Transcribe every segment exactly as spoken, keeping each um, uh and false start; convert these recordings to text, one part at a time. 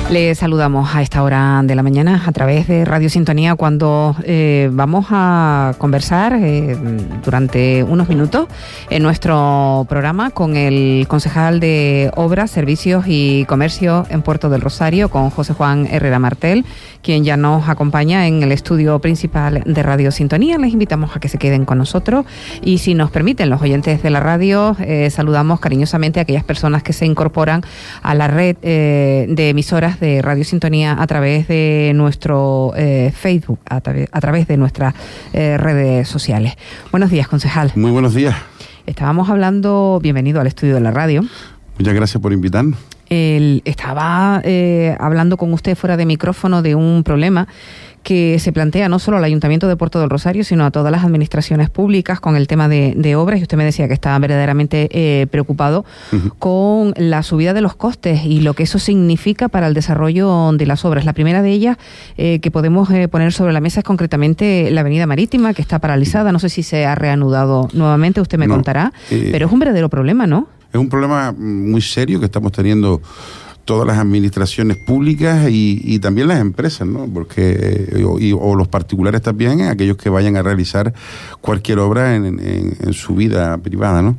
Le saludamos a esta hora de la mañana a través de Radio Sintonía cuando eh, vamos a conversar eh, durante unos minutos en nuestro programa con el concejal de Obras, Servicios y Comercio en Puerto del Rosario, con José Juan Herrera Martel, quien ya nos acompaña en el estudio principal de Radio Sintonía. Les invitamos a que se queden con nosotros y, si nos permiten los oyentes de la radio, eh, saludamos cariñosamente a aquellas personas que se incorporan a la red eh, de emisoras de Radio Sintonía a través de nuestro eh, Facebook, a, tra- a través de nuestras eh, redes sociales. Buenos días, concejal. Muy buenos días. Estábamos hablando, bienvenido al estudio de la radio. Muchas gracias por invitarnos. El, estaba eh, hablando con usted fuera de micrófono de un problema que se plantea no solo al Ayuntamiento de Puerto del Rosario, sino a todas las administraciones públicas con el tema de, de obras, y usted me decía que estaba verdaderamente eh, preocupado uh-huh. con la subida de los costes y lo que eso significa para el desarrollo de las obras. La primera de ellas eh, que podemos eh, poner sobre la mesa es concretamente la Avenida Marítima, que está paralizada. No sé si se ha reanudado nuevamente, usted me no, contará, eh, pero es un verdadero problema, ¿no? Es un problema muy serio que estamos teniendo todas las administraciones públicas y, y también las empresas, ¿no? Porque o, y, o los particulares también, aquellos que vayan a realizar cualquier obra en, en, en su vida privada, ¿no?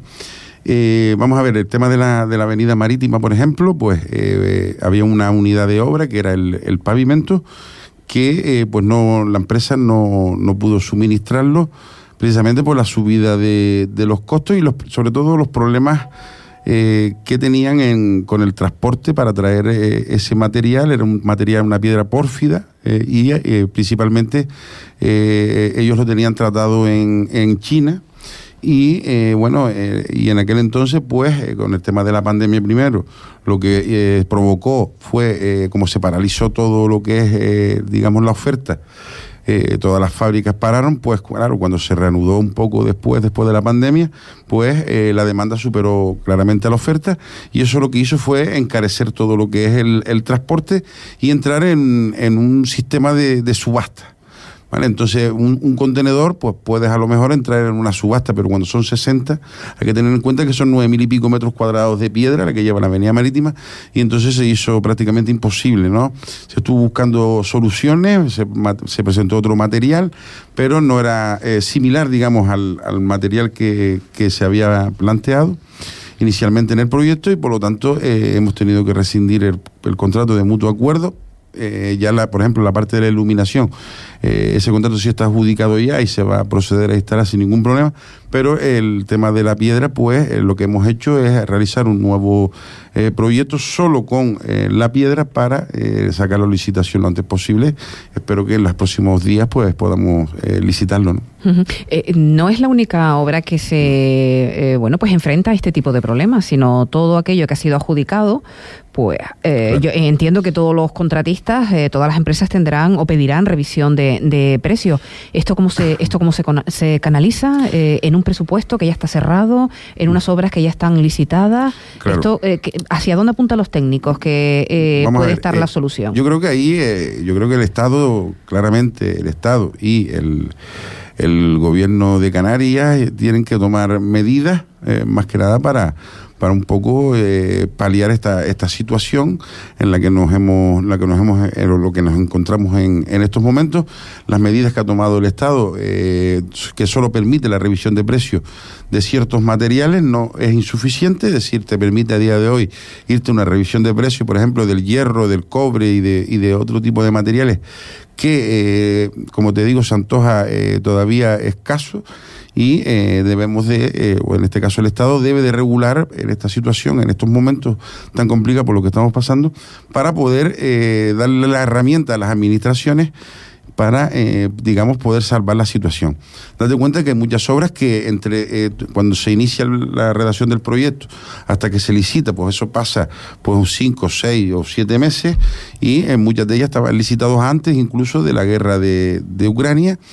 Eh, vamos a ver, el tema de la, de la Avenida Marítima, por ejemplo, pues eh, había una unidad de obra que era el, el pavimento, que eh, pues no la empresa no, no pudo suministrarlo precisamente por la subida de, de los costos y los, sobre todo los problemas Eh, que tenían en, con el transporte para traer eh, ese material. Era un material, una piedra pórfida, eh, y eh, principalmente eh, ellos lo tenían tratado en, en China y eh, bueno, eh, y en aquel entonces pues eh, con el tema de la pandemia primero, lo que eh, provocó fue eh, como se paralizó todo lo que es eh, digamos la oferta. Eh, todas las fábricas pararon, pues claro, cuando se reanudó un poco después, después de la pandemia, pues eh, la demanda superó claramente a la oferta y eso lo que hizo fue encarecer todo lo que es el, el transporte y entrar en, en un sistema de, de subasta. ¿Vale? Entonces, un, un contenedor, pues puedes a lo mejor entrar en una subasta, pero cuando son sesenta, hay que tener en cuenta que son nueve mil y pico metros cuadrados de piedra la que lleva la Avenida Marítima, y entonces se hizo prácticamente imposible, ¿no? Se estuvo buscando soluciones, se, se presentó otro material, pero no era eh, similar, digamos, al, al material que, que se había planteado inicialmente en el proyecto, y por lo tanto eh, hemos tenido que rescindir el, el contrato de mutuo acuerdo. Eh, ya la, por ejemplo, la parte de la iluminación, eh, ese contrato sí está adjudicado ya y se va a proceder a instalar sin ningún problema, pero el tema de la piedra, pues eh, lo que hemos hecho es realizar un nuevo eh, proyecto solo con eh, la piedra para eh, sacar la licitación lo antes posible. Espero que en los próximos días pues podamos eh, licitarlo, ¿no? Uh-huh. Eh, no es la única obra que se eh, bueno pues enfrenta a este tipo de problemas, sino todo aquello que ha sido adjudicado. Pues eh, claro. Yo entiendo que todos los contratistas, eh, todas las empresas tendrán o pedirán revisión de, de precios. ¿Esto cómo se esto cómo se, se canaliza? Eh, ¿En un presupuesto que ya está cerrado? ¿En unas obras que ya están licitadas? Claro. Esto, eh, que, ¿hacia dónde apuntan los técnicos que eh, puede ver, estar eh, la solución? Yo creo que ahí, eh, yo creo que el Estado, claramente el Estado y el, el Gobierno de Canarias tienen que tomar medidas, eh, más que nada para... para un poco eh, paliar esta esta situación en la que nos hemos la que nos hemos eh, lo que nos encontramos en, en estos momentos. Las medidas que ha tomado el Estado, eh, que solo permite la revisión de precios de ciertos materiales, no es insuficiente. Es decir, te permite a día de hoy irte a una revisión de precios, por ejemplo, del hierro, del cobre y de y de otro tipo de materiales que, eh, como te digo, se antoja eh, todavía escaso. Y eh, debemos de, eh, o en este caso el Estado debe de regular en esta situación, en estos momentos tan complicados por lo que estamos pasando, para poder eh, darle la herramienta a las administraciones para, eh, digamos, poder salvar la situación. Date cuenta que hay muchas obras que entre eh, cuando se inicia la redacción del proyecto hasta que se licita, pues eso pasa pues cinco, seis o siete meses, y en muchas de ellas estaban licitados antes incluso de la guerra de, de Ucrania,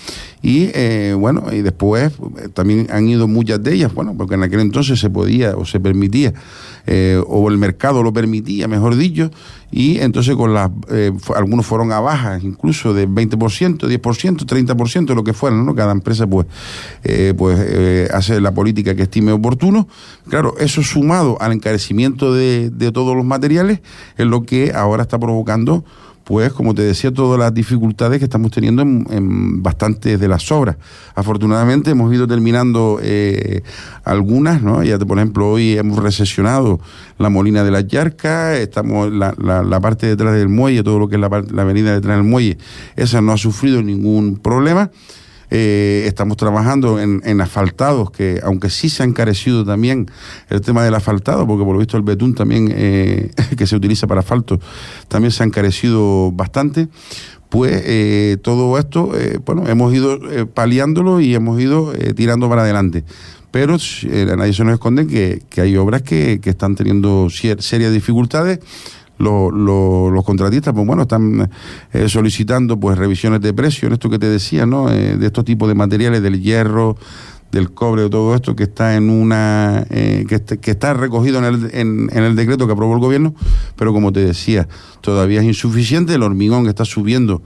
y eh, bueno, y después eh, también han ido muchas de ellas, bueno, porque en aquel entonces se podía o se permitía, eh, o el mercado lo permitía, mejor dicho, y entonces con las eh, algunos fueron a bajas, incluso de veinte por ciento, diez por ciento, treinta por ciento, lo que fuera, ¿no? Cada empresa pues, eh, pues eh, hace la política que estime oportuno. Claro, eso sumado al encarecimiento de, de todos los materiales es lo que ahora está provocando, pues, como te decía, todas las dificultades que estamos teniendo en, en bastantes de las obras. Afortunadamente hemos ido terminando eh, algunas, ¿no? Ya, por ejemplo, hoy hemos recesionado la Molina de las Yarcas, estamos la, la, la parte detrás del muelle, todo lo que es la, parte, la avenida detrás del muelle, esa no ha sufrido ningún problema. Eh, estamos trabajando en, en asfaltados, que aunque sí se ha encarecido también el tema del asfaltado, porque por lo visto el betún también, eh, que se utiliza para asfalto, también se ha encarecido bastante. Pues eh, todo esto, eh, bueno, hemos ido eh, paliándolo y hemos ido eh, tirando para adelante. Pero eh, a nadie se nos esconde que, que hay obras que, que están teniendo serias dificultades. Los, los, los contratistas, pues bueno, están eh, solicitando pues revisiones de precio, en esto que te decía, ¿no? Eh, de estos tipos de materiales, del hierro, del cobre, de todo esto que está en una eh, que, est que está recogido en el, en, en el decreto que aprobó el gobierno, pero como te decía, todavía es insuficiente. El hormigón está subiendo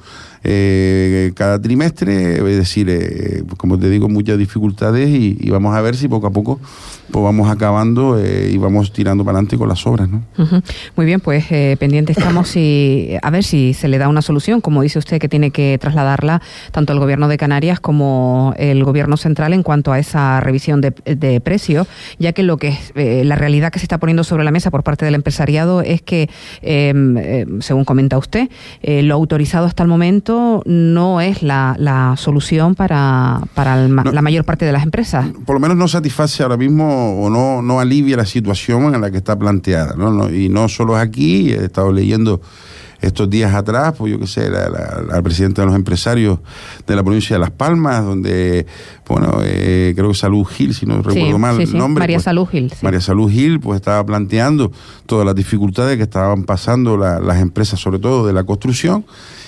eh, cada trimestre, es decir, eh, como te digo, muchas dificultades y, y vamos a ver si poco a poco pues vamos acabando eh, y vamos tirando para adelante con las obras, ¿no? Uh-huh. Muy bien, pues eh, pendiente estamos y a ver si se le da una solución, como dice usted, que tiene que trasladarla tanto el Gobierno de Canarias como el Gobierno central en cuanto a esa revisión de, de precios, ya que lo que es eh, la realidad que se está poniendo sobre la mesa por parte del empresariado es que, eh, eh, según comenta usted, eh, lo autorizado hasta el momento no es la, la solución para, para el, no, la mayor parte de las empresas. Por lo menos no satisface ahora mismo o no, no alivia la situación en la que está planteada, ¿no? No, y no solo es aquí, he estado leyendo estos días atrás, pues yo qué sé, la, la, la presidenta de los empresarios de la provincia de Las Palmas, donde, bueno, eh, creo que Salud Gil, si no recuerdo sí, mal sí, el sí. nombre. María pues, Salud Gil. Sí. María Salud Gil, pues estaba planteando todas las dificultades que estaban pasando la, las empresas, sobre todo de la construcción,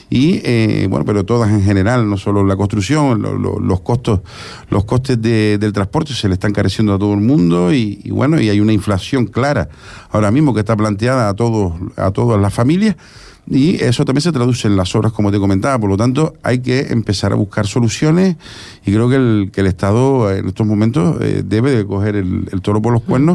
y eh, bueno, pero todas en general, no solo la construcción, lo, lo, los costos, los costes de, del transporte se le están encareciendo a todo el mundo y, y bueno, y hay una inflación clara ahora mismo que está planteada a todos, a todas las familias. Y eso también se traduce en las obras, como te comentaba. Por lo tanto, hay que empezar a buscar soluciones y creo que el, que el Estado en estos momentos eh, debe de coger el, el toro por los cuernos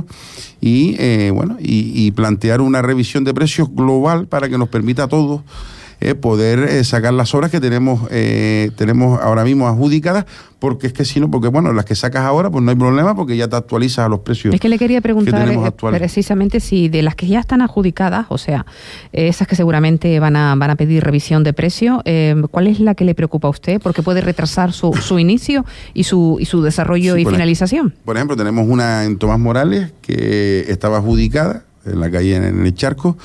y, eh, bueno, y, y plantear una revisión de precios global para que nos permita a todos Eh, poder eh, sacar las obras que tenemos eh, tenemos ahora mismo adjudicadas, porque es que si no, porque bueno, las que sacas ahora pues no hay problema porque ya te actualizas a los precios. Es que le quería preguntar eh, precisamente si de las que ya están adjudicadas, o sea, eh, esas que seguramente van a van a pedir revisión de precio, eh, ¿cuál es la que le preocupa a usted? Porque puede retrasar su, su inicio y su y su desarrollo sí, y por finalización. Ejemplo, por ejemplo, tenemos una en Tomás Morales que estaba adjudicada en la calle, en el Charco,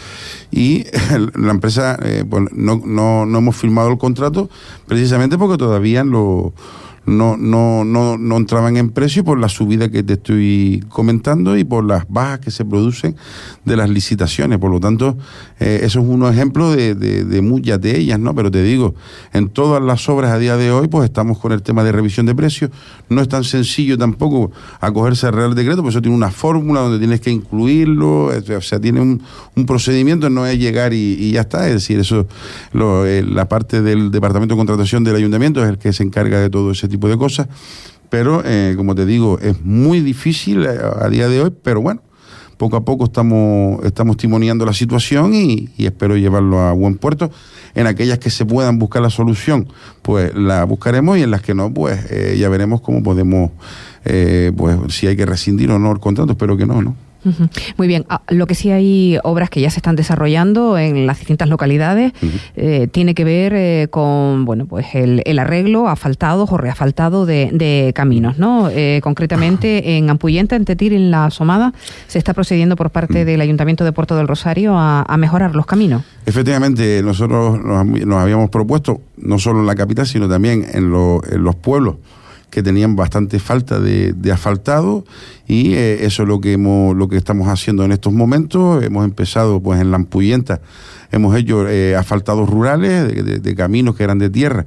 y la empresa, eh, pues no, no, no hemos firmado el contrato precisamente porque todavía lo, no, no, no, no entraban en precio por la subida que te estoy comentando y por las bajas que se producen de las licitaciones. Por lo tanto, eh, eso es un ejemplo de, de, de muchas de ellas, ¿no? Pero te digo, en todas las obras a día de hoy, pues estamos con el tema de revisión de precios. No es tan sencillo tampoco acogerse al Real Decreto, porque eso tiene una fórmula donde tienes que incluirlo, o sea, tiene un, un procedimiento, no es llegar y, y ya está. Es decir, eso, lo, eh, la parte del Departamento de Contratación del Ayuntamiento es el que se encarga de todo ese tipo de cosas, pero eh, como te digo, es muy difícil a, a día de hoy, pero bueno, poco a poco estamos, estamos timoniando la situación y, y espero llevarlo a buen puerto. En aquellas que se puedan buscar la solución, pues la buscaremos, y en las que no, pues eh, ya veremos cómo podemos, eh, pues si hay que rescindir o no el contrato, espero que no, ¿no? Uh-huh. Muy bien, ah, lo que sí hay obras que ya se están desarrollando en las distintas localidades, uh-huh. eh, tiene que ver eh, con, bueno, pues el, el arreglo, asfaltados o reasfaltado de, de caminos, ¿no? Eh, concretamente en Ampuyenta, en Tetir, en La Asomada, se está procediendo por parte uh-huh. del Ayuntamiento de Puerto del Rosario a, a mejorar los caminos. Efectivamente, nosotros nos, nos habíamos propuesto, no solo en la capital, sino también en, lo, en los pueblos que tenían bastante falta de, de asfaltado, y eh, eso es lo que hemos, lo que estamos haciendo en estos momentos. Hemos empezado pues en La Ampuyenta, hemos hecho eh, asfaltados rurales de, de, de caminos que eran de tierra,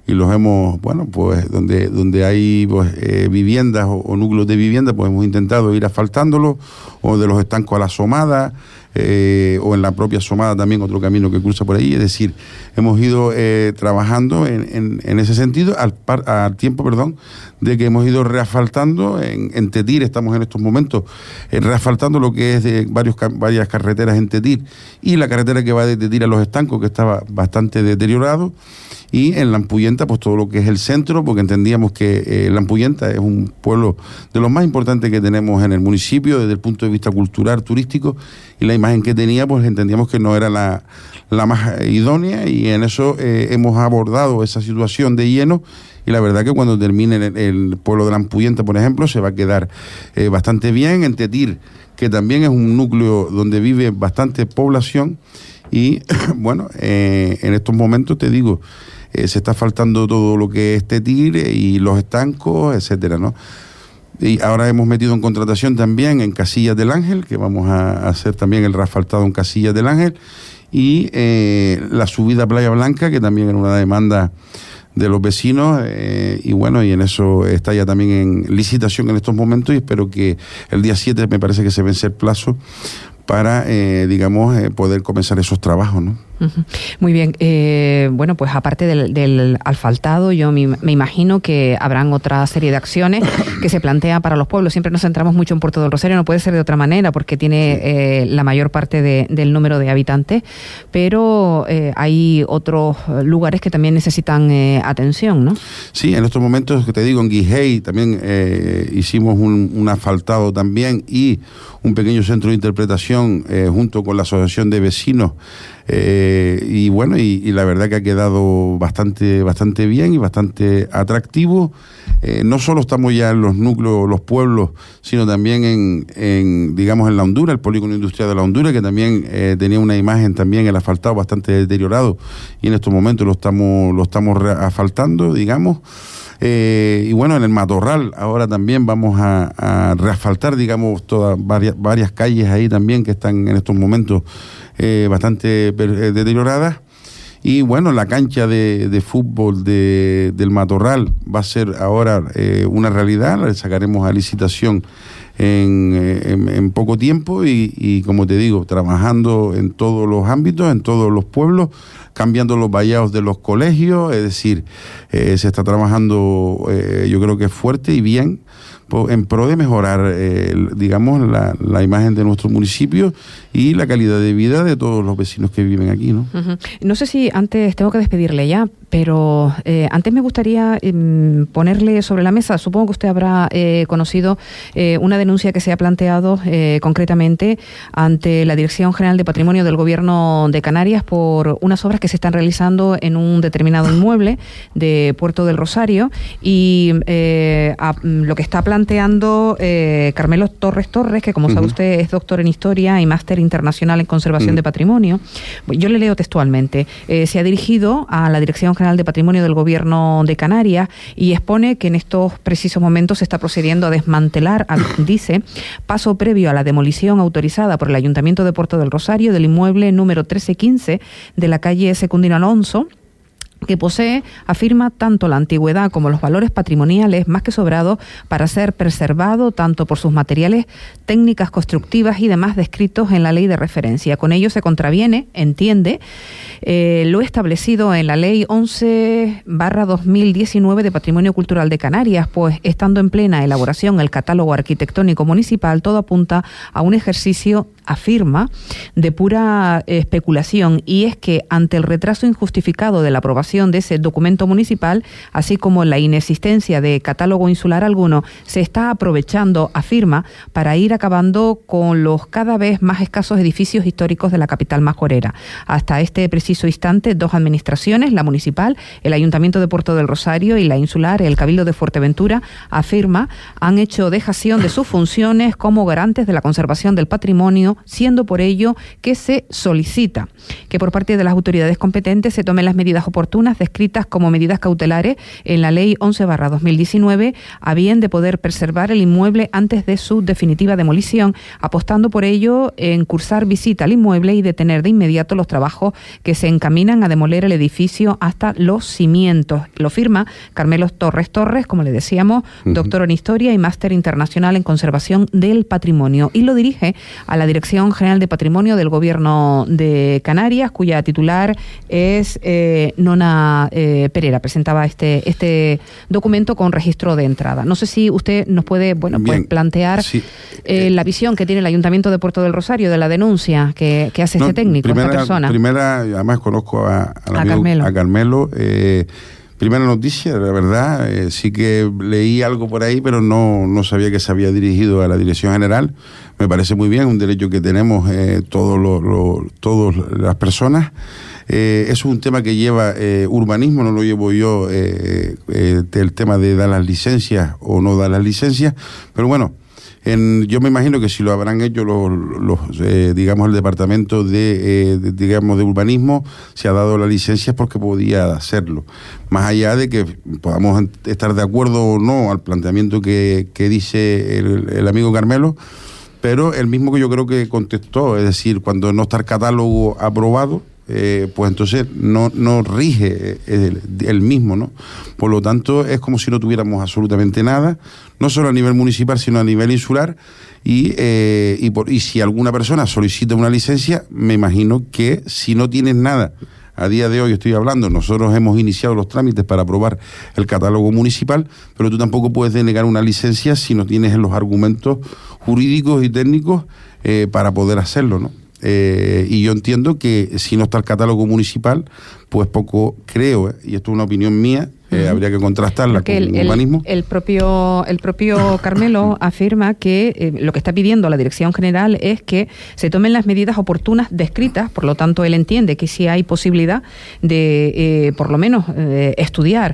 y los hemos, bueno, pues donde donde hay pues, eh, viviendas o, o núcleos de vivienda, pues hemos intentado ir asfaltándolos, o de los estancos a la Somada, eh, o en la propia Somada también otro camino que cruza por ahí. Es decir, hemos ido eh, trabajando en, en, en ese sentido, al, par, al tiempo, perdón, de que hemos ido reasfaltando en, en Tetir. Estamos en estos momentos eh, reasfaltando lo que es de varios, varias carreteras en Tetir, y la carretera que va de Tetir a Los Estancos, que estaba bastante deteriorado, y en Lampuyenta pues todo lo que es el centro, porque entendíamos que eh, Lampuyenta es un pueblo de los más importantes que tenemos en el municipio desde el punto de vista cultural, turístico, y la imagen que tenía pues entendíamos que no era la, la más idónea, y en eso eh, hemos abordado esa situación de lleno. Y la verdad que cuando termine el, el pueblo de Lampuyenta, por ejemplo, se va a quedar eh, bastante bien. En Tetir, que también es un núcleo donde vive bastante población, y bueno, eh, en estos momentos te digo, eh, se está faltando todo lo que es Tetir y Los Estancos, etcétera, ¿no? Y ahora hemos metido en contratación también en Casillas del Ángel, que vamos a hacer también el reasfaltado en Casillas del Ángel, y eh, la subida a Playa Blanca, que también era una demanda de los vecinos, eh, y bueno, y en eso está ya también en licitación en estos momentos, y espero que el día siete me parece que se vence el plazo para, eh, digamos, eh, poder comenzar esos trabajos, ¿no? Uh-huh. Muy bien. Eh, bueno, pues aparte del, del asfaltado, yo me, me imagino que habrán otra serie de acciones que se plantea para los pueblos. Siempre nos centramos mucho en Puerto del Rosario, no puede ser de otra manera porque tiene eh, la mayor parte de, del número de habitantes, pero eh, hay otros lugares que también necesitan eh, atención, ¿no? Sí, en estos momentos, que te digo, en Guijey también eh, hicimos un, un asfaltado también, y un pequeño centro de interpretación eh, junto con la asociación de vecinos. Eh, y bueno, y, y la verdad que ha quedado bastante bastante bien y bastante atractivo. Eh, no solo estamos ya en los núcleos, los pueblos, sino también en, en digamos, en La Hondura, el polígono industrial de La Hondura, que también eh, tenía una imagen también, el asfaltado bastante deteriorado, y en estos momentos lo estamos, lo estamos asfaltando, digamos. Eh, y bueno, en el Matorral ahora también vamos a, a reasfaltar, digamos, todas varias, varias calles ahí también que están en estos momentos eh, bastante eh, deterioradas. Y bueno, la cancha de, de fútbol de, del Matorral va a ser ahora eh, una realidad, la sacaremos a licitación en, en, en poco tiempo, y, y como te digo, trabajando en todos los ámbitos, en todos los pueblos, cambiando los vallados de los colegios, es decir, eh, se está trabajando eh, yo creo que fuerte y bien en pro de mejorar, eh, digamos, la, la imagen de nuestro municipio y la calidad de vida de todos los vecinos que viven aquí, ¿no? Uh-huh. No sé si antes, tengo que despedirle ya, pero eh, antes me gustaría eh, ponerle sobre la mesa, supongo que usted habrá eh, conocido eh, una denuncia que se ha planteado eh, concretamente ante la Dirección General de Patrimonio del Gobierno de Canarias por unas obras que se están realizando en un determinado inmueble de Puerto del Rosario, y eh, a, lo que está planteando planteando eh, Carmelo Torres Torres, que como uh-huh. sabe usted es doctor en Historia y máster internacional en Conservación uh-huh. de Patrimonio. Yo le leo textualmente. Eh, se ha dirigido a la Dirección General de Patrimonio del Gobierno de Canarias y expone que en estos precisos momentos se está procediendo a desmantelar, a, dice, paso previo a la demolición autorizada por el Ayuntamiento de Puerto del Rosario del inmueble número trece quince de la calle Secundino Alonso, que posee, afirma, tanto la antigüedad como los valores patrimoniales más que sobrados para ser preservado tanto por sus materiales, técnicas constructivas y demás descritos en la ley de referencia. Con ello se contraviene, entiende, eh, lo establecido en la ley once barra dos mil diecinueve de Patrimonio Cultural de Canarias, pues estando en plena elaboración el catálogo arquitectónico municipal, todo apunta a un ejercicio, afirma, de pura especulación, y es que ante el retraso injustificado de la aprobación de ese documento municipal, así como la inexistencia de catálogo insular alguno, se está aprovechando, afirma, para ir acabando con los cada vez más escasos edificios históricos de la capital majorera. Hasta este preciso instante, dos administraciones, la municipal, el Ayuntamiento de Puerto del Rosario, y la insular, el Cabildo de Fuerteventura, afirma, han hecho dejación de sus funciones como garantes de la conservación del patrimonio, siendo por ello que se solicita que por parte de las autoridades competentes se tomen las medidas oportunas oportunas descritas como medidas cautelares en la Ley once barra dos mil diecinueve, a bien de poder preservar el inmueble antes de su definitiva demolición, apostando por ello en cursar visita al inmueble y detener de inmediato los trabajos que se encaminan a demoler el edificio hasta los cimientos. Lo firma Carmelo Torres Torres, como le decíamos, uh-huh. doctor en Historia y máster internacional en Conservación del Patrimonio, y lo dirige a la Dirección General de Patrimonio del Gobierno de Canarias, cuya titular es eh, Nona eh, Pereira. Presentaba este, este documento con registro de entrada. No sé si usted nos puede bueno, pues, plantear sí. eh, la visión que tiene el Ayuntamiento de Puerto del Rosario de la denuncia que, que hace no, este técnico, primera, esta persona. Primera, además conozco a, al a amigo, Carmelo. A Carmelo eh, Primera noticia, la verdad, eh, sí que leí algo por ahí, pero no, no sabía que se había dirigido a la Dirección General. Me parece muy bien, un derecho que tenemos eh, todos los, los, todas las personas. Eh, eso es un tema que lleva eh, urbanismo, no lo llevo yo, eh, eh, el tema de dar las licencias o no dar las licencias, pero bueno, En, yo me imagino que si lo habrán hecho los, los eh, digamos el departamento de, eh, de digamos de urbanismo, se ha dado la licencia porque podía hacerlo, más allá de que podamos estar de acuerdo o no al planteamiento que, que dice el, el amigo Carmelo, pero el mismo que yo creo que contestó, es decir, cuando no está el catálogo aprobado, Eh, pues entonces no, no rige el, el mismo, ¿no? Por lo tanto, es como si no tuviéramos absolutamente nada, no solo a nivel municipal, sino a nivel insular, y, eh, y, por, y si alguna persona solicita una licencia, me imagino que si no tienes nada, a día de hoy estoy hablando, nosotros hemos iniciado los trámites para aprobar el catálogo municipal, pero tú tampoco puedes denegar una licencia si no tienes los argumentos jurídicos y técnicos eh, para poder hacerlo, ¿no? Eh, y yo entiendo que si no está el catálogo municipal, pues poco creo, eh, y esto es una opinión mía, eh, uh-huh. habría que contrastarla con el, el urbanismo. El propio, el propio Carmelo afirma que eh, lo que está pidiendo la Dirección General es que se tomen las medidas oportunas descritas, por lo tanto él entiende que sí hay posibilidad de, eh, por lo menos, eh, estudiar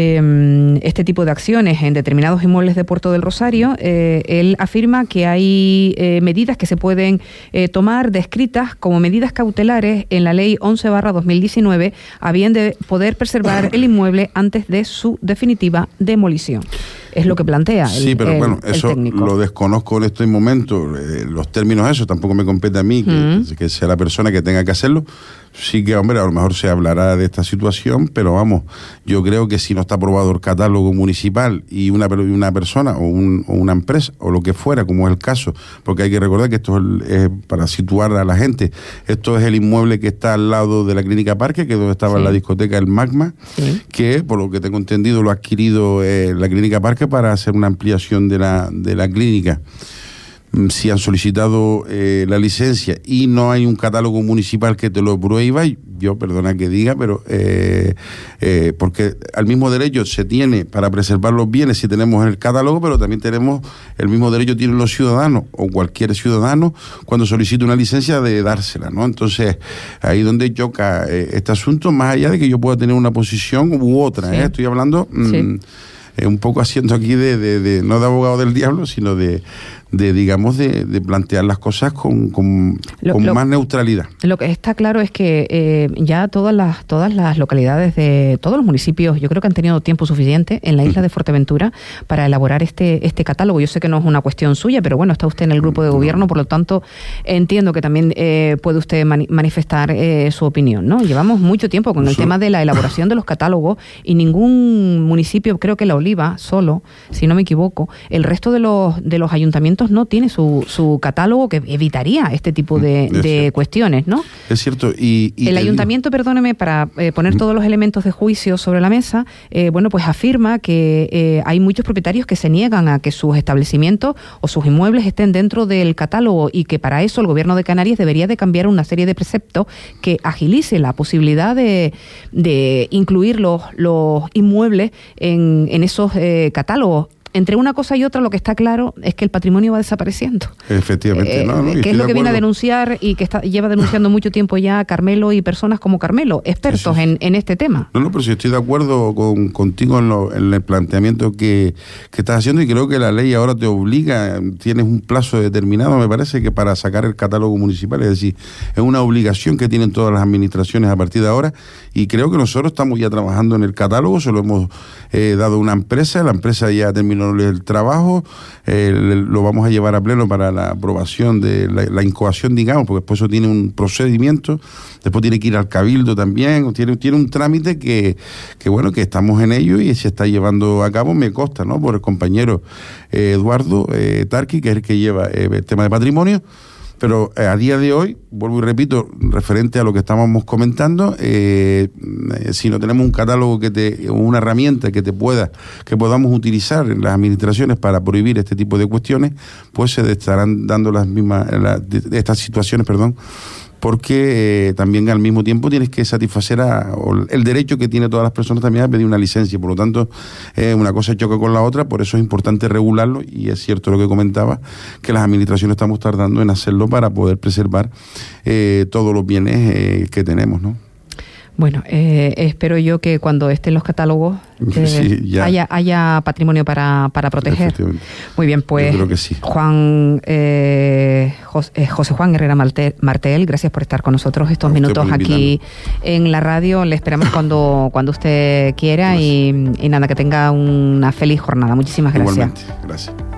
eh, este tipo de acciones en determinados inmuebles de Puerto del Rosario. Eh, él afirma que hay eh, medidas que se pueden eh, tomar descritas como medidas cautelares en la Ley once barra dos mil diecinueve, a bien de poder preservar el inmueble antes de su definitiva demolición. Es lo que plantea el Sí, pero el, bueno, eso lo desconozco en este momento, eh, los términos eso, tampoco me compete a mí, que, mm. que sea la persona que tenga que hacerlo. Sí que, hombre, a lo mejor se hablará de esta situación, pero vamos, yo creo que si no está aprobado el catálogo municipal y una, una persona o, un, o una empresa o lo que fuera, como es el caso, porque hay que recordar que esto es, es para situar a la gente, esto es el inmueble que está al lado de la Clínica Parque, que es donde estaba sí. la discoteca El Magma, sí. que por lo que tengo entendido lo ha adquirido eh, la Clínica Parque para hacer una ampliación de la, de la clínica. Si han solicitado eh, la licencia y no hay un catálogo municipal que te lo prohíba, yo perdona que diga, pero eh, eh, porque al mismo derecho se tiene para preservar los bienes si tenemos el catálogo, pero también tenemos el mismo derecho tienen los ciudadanos o cualquier ciudadano cuando solicita una licencia de dársela, ¿no? Entonces ahí donde choca eh, este asunto, más allá de que yo pueda tener una posición u otra, sí. ¿eh? Estoy hablando sí. mmm, eh, un poco haciendo aquí de, de, de no de abogado del diablo, sino de de digamos de, de plantear las cosas con, con, lo, con lo, más neutralidad. Lo que está claro es que eh, ya todas las todas las localidades de todos los municipios, yo creo que han tenido tiempo suficiente en la isla de Fuerteventura para elaborar este este catálogo. Yo sé que no es una cuestión suya, pero bueno, está usted en el grupo de gobierno, por lo tanto entiendo que también eh, puede usted mani- manifestar eh, su opinión, ¿no? Llevamos mucho tiempo con el Eso. tema de la elaboración de los catálogos y ningún municipio, creo que La Oliva solo, si no me equivoco, el resto de los de los ayuntamientos no tiene su, su catálogo que evitaría este tipo de, de cuestiones, ¿no? Es cierto. Y, y el ayuntamiento, perdóneme, para eh, poner todos los elementos de juicio sobre la mesa, eh, bueno, pues afirma que eh, hay muchos propietarios que se niegan a que sus establecimientos o sus inmuebles estén dentro del catálogo y que para eso el gobierno de Canarias debería de cambiar una serie de preceptos que agilice la posibilidad de, de incluir los, los inmuebles en, en esos eh, catálogos. entre una cosa y otra lo que está claro es que el patrimonio va desapareciendo. Efectivamente, eh, no, no, que es lo que de viene a denunciar y que está, lleva denunciando mucho tiempo ya Carmelo y personas como Carmelo, expertos sí, sí. En, en este tema. No, no, pero si estoy de acuerdo con, contigo en, lo, en el planteamiento que, que estás haciendo, y creo que la ley ahora te obliga, tienes un plazo determinado, me parece, que para sacar el catálogo municipal, es decir, es una obligación que tienen todas las administraciones a partir de ahora, y creo que nosotros estamos ya trabajando en el catálogo, se lo hemos eh, dado a una empresa, la empresa ya terminó el trabajo, eh, lo vamos a llevar a pleno para la aprobación de la, la incoación, digamos, porque después eso tiene un procedimiento, después tiene que ir al cabildo también, tiene, tiene un trámite que, que bueno, que estamos en ello y se está llevando a cabo, me consta, ¿no?, por el compañero eh, Eduardo eh, Tarqui, que es el que lleva eh, el tema de patrimonio. Pero eh, a día de hoy, vuelvo y repito, referente a lo que estábamos comentando, eh, si no tenemos un catálogo que te, una herramienta que te pueda, que podamos utilizar en las administraciones para prohibir este tipo de cuestiones, pues se estarán dando las mismas, la, de, estas situaciones, perdón, porque eh, también al mismo tiempo tienes que satisfacer a, el derecho que tiene todas las personas también a pedir una licencia. Por lo tanto, eh, una cosa choca con la otra, por eso es importante regularlo, y es cierto lo que comentaba, que las administraciones estamos tardando en hacerlo para poder preservar eh, todos los bienes eh, que tenemos, ¿no? Bueno, eh, espero yo que cuando estén los catálogos eh, sí, haya, haya patrimonio para, para proteger. Muy bien, pues yo creo que sí. Juan eh, José, José Juan Herrera Martel, gracias por estar con nosotros estos minutos aquí en la radio. Le esperamos cuando, cuando usted quiera y, y nada, que tenga una feliz jornada. Muchísimas gracias. Igualmente, gracias.